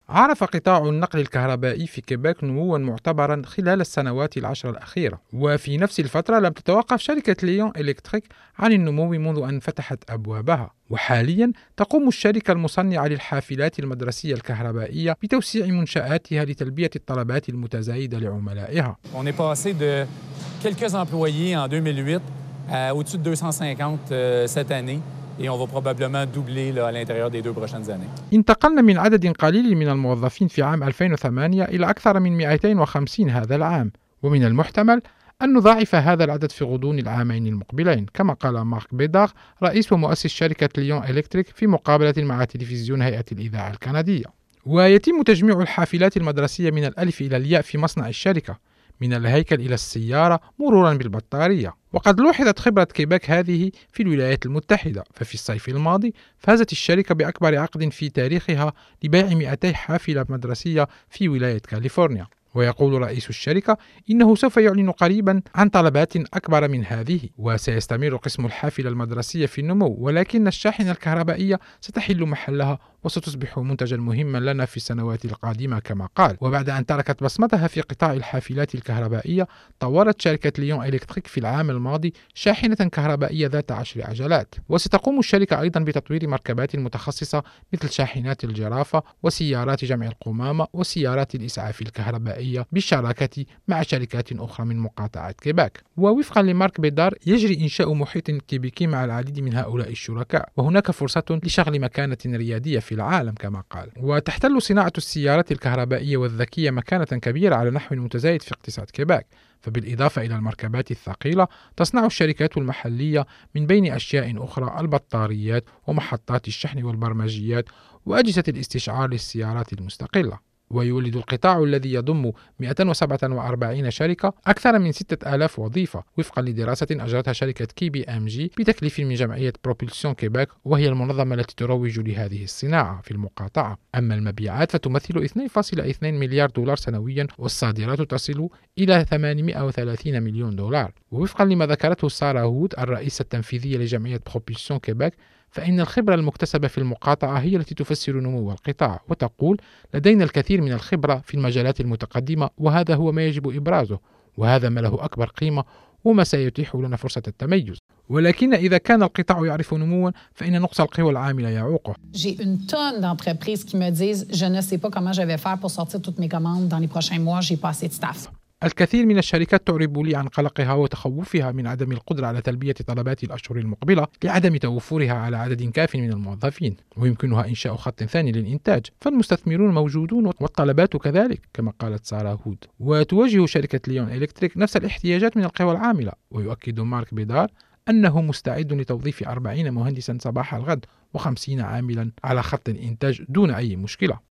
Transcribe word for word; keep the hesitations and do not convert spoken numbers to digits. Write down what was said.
عرف قطاع النقل الكهربائي في كيبيك نموا معتبرا خلال السنوات العشر الأخيرة، وفي نفس الفترة لم تتوقف شركة ليون إلكتريك عن النمو منذ أن فتحت أبوابها. وحاليا تقوم الشركة المصنعة للحافلات المدرسية الكهربائية بتوسيع منشآتها لتلبية الطلبات المتزايدة لعملائها. On est passé de quelques employés en deux mille huit à au-dessus de deux cent cinquante cette année. Et on va probablement doubler là, à l'intérieur des deux prochaines années. انتقلنا من عدد قليل من الموظفين في عام ألفين وثمانية إلى أكثر من مئتين وخمسين هذا العام، ومن المحتمل أن نضاعف هذا العدد في غضون العامين المقبلين، كما قال مارك بيدار رئيس ومؤسس شركة ليون إلكتريك في مقابلة مع تلفزيون هيئة الإذاعة الكندية. ويتم تجميع الحافلات المدرسية من الألف إلى الياء في مصنع الشركة، من الهيكل إلى السيارة مرورا بالبطارية. وقد لوحظت خبرة كيبيك هذه في الولايات المتحدة، ففي الصيف الماضي فازت الشركة بأكبر عقد في تاريخها لبيع مئتي حافلة مدرسية في ولاية كاليفورنيا. ويقول رئيس الشركة إنه سوف يعلن قريبا عن طلبات أكبر من هذه، وسيستمر قسم الحافلة المدرسية في النمو، ولكن الشاحنة الكهربائية ستحل محلها وستصبح منتجا مهما لنا في السنوات القادمة كما قال. وبعد أن تركت بصمتها في قطاع الحافلات الكهربائية، طورت شركة ليون إلكتريك في العام الماضي شاحنة كهربائية ذات عشر عجلات. وستقوم الشركة أيضا بتطوير مركبات متخصصة مثل شاحنات الجرافة وسيارات جمع القمامة وسيارات الإسعاف الكهربائية بالشراكة مع شركات أخرى من مقاطعة كيبيك. ووفقا لمارك بيدار يجري إنشاء محيط كيبيكي مع العديد من هؤلاء الشركاء، وهناك فرصة لشغل مكانة ريادية في العالم كما قال. وتحتل صناعة السيارات الكهربائية والذكية مكانة كبيرة على نحو متزايد في اقتصاد كيبيك. فبالإضافة إلى المركبات الثقيلة تصنع الشركات المحلية من بين أشياء أخرى البطاريات ومحطات الشحن والبرمجيات وأجهزة الاستشعار للسيارات المستقلة. ويولد القطاع الذي يضم مئة وسبعة وأربعين شركة أكثر من ستة آلاف وظيفة، وفقا لدراسة أجرتها شركة كي بي إم جي بتكليف من جمعية بروبولسيون كيبيك، وهي المنظمة التي تروج لهذه الصناعة في المقاطعة. أما المبيعات فتمثل اثنين فاصلة اثنين مليار دولار سنويا، والصادرات تصل إلى ثمانمئة وثلاثين مليون دولار. ووفقا لما ذكرته سارة هود الرئيسة التنفيذية لجمعية بروبولسيون كيبيك، فإن الخبرة المكتسبة في المقاطعة هي التي تفسر نمو القطاع، وتقول: لدينا الكثير من الخبرة في المجالات المتقدمة، وهذا هو ما يجب إبرازه، وهذا ما له أكبر قيمة وما سيتيح لنا فرصة التميز. ولكن إذا كان القطاع يعرف نموا فإن نقص القوى العاملة يعوقه. J'ai une tonne d'entreprises qui me disent je ne sais pas comment je vais faire pour sortir toutes mes commandes dans les prochains mois, j'ai pas assez de staff. الكثير من الشركات تعرب لي عن قلقها وتخوفها من عدم القدرة على تلبية طلبات الأشهر المقبلة لعدم توفرها على عدد كاف من الموظفين، ويمكنها إنشاء خط ثاني للإنتاج، فالمستثمرون موجودون والطلبات كذلك كما قالت سارة هود. وتواجه شركة ليون إلكتريك نفس الاحتياجات من القوى العاملة، ويؤكد مارك بيدار أنه مستعد لتوظيف أربعين مهندسا صباح الغد وخمسين عاملا على خط الإنتاج دون أي مشكلة.